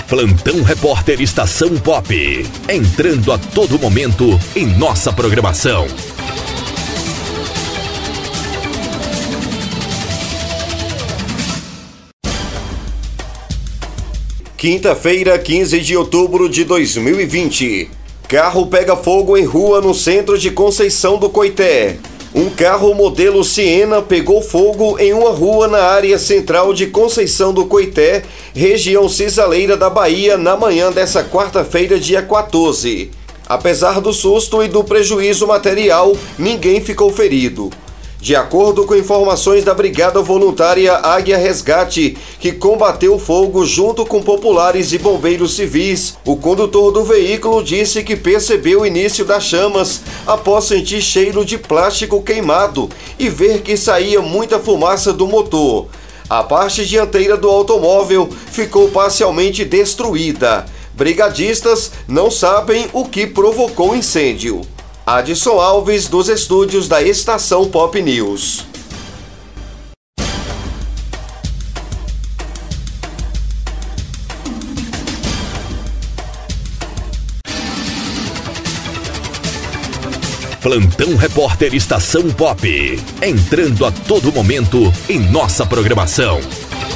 Plantão Repórter Estação Pop, entrando a todo momento em nossa programação. Quinta-feira, 15 de outubro de 2020. Carro pega fogo em rua no centro de Conceição do Coité. Um carro modelo Siena pegou fogo em uma rua na área central de Conceição do Coité, região cisaleira da Bahia, na manhã dessa quarta-feira, dia 14. Apesar do susto e do prejuízo material, ninguém ficou ferido. De acordo com informações da Brigada Voluntária Águia Resgate, que combateu o fogo junto com populares e bombeiros civis, o condutor do veículo disse que percebeu o início das chamas após sentir cheiro de plástico queimado e ver que saía muita fumaça do motor. A parte dianteira do automóvel ficou parcialmente destruída. Brigadistas não sabem o que provocou o incêndio. Adson Alves, dos estúdios da Estação Pop News. Plantão Repórter Estação Pop, entrando a todo momento em nossa programação.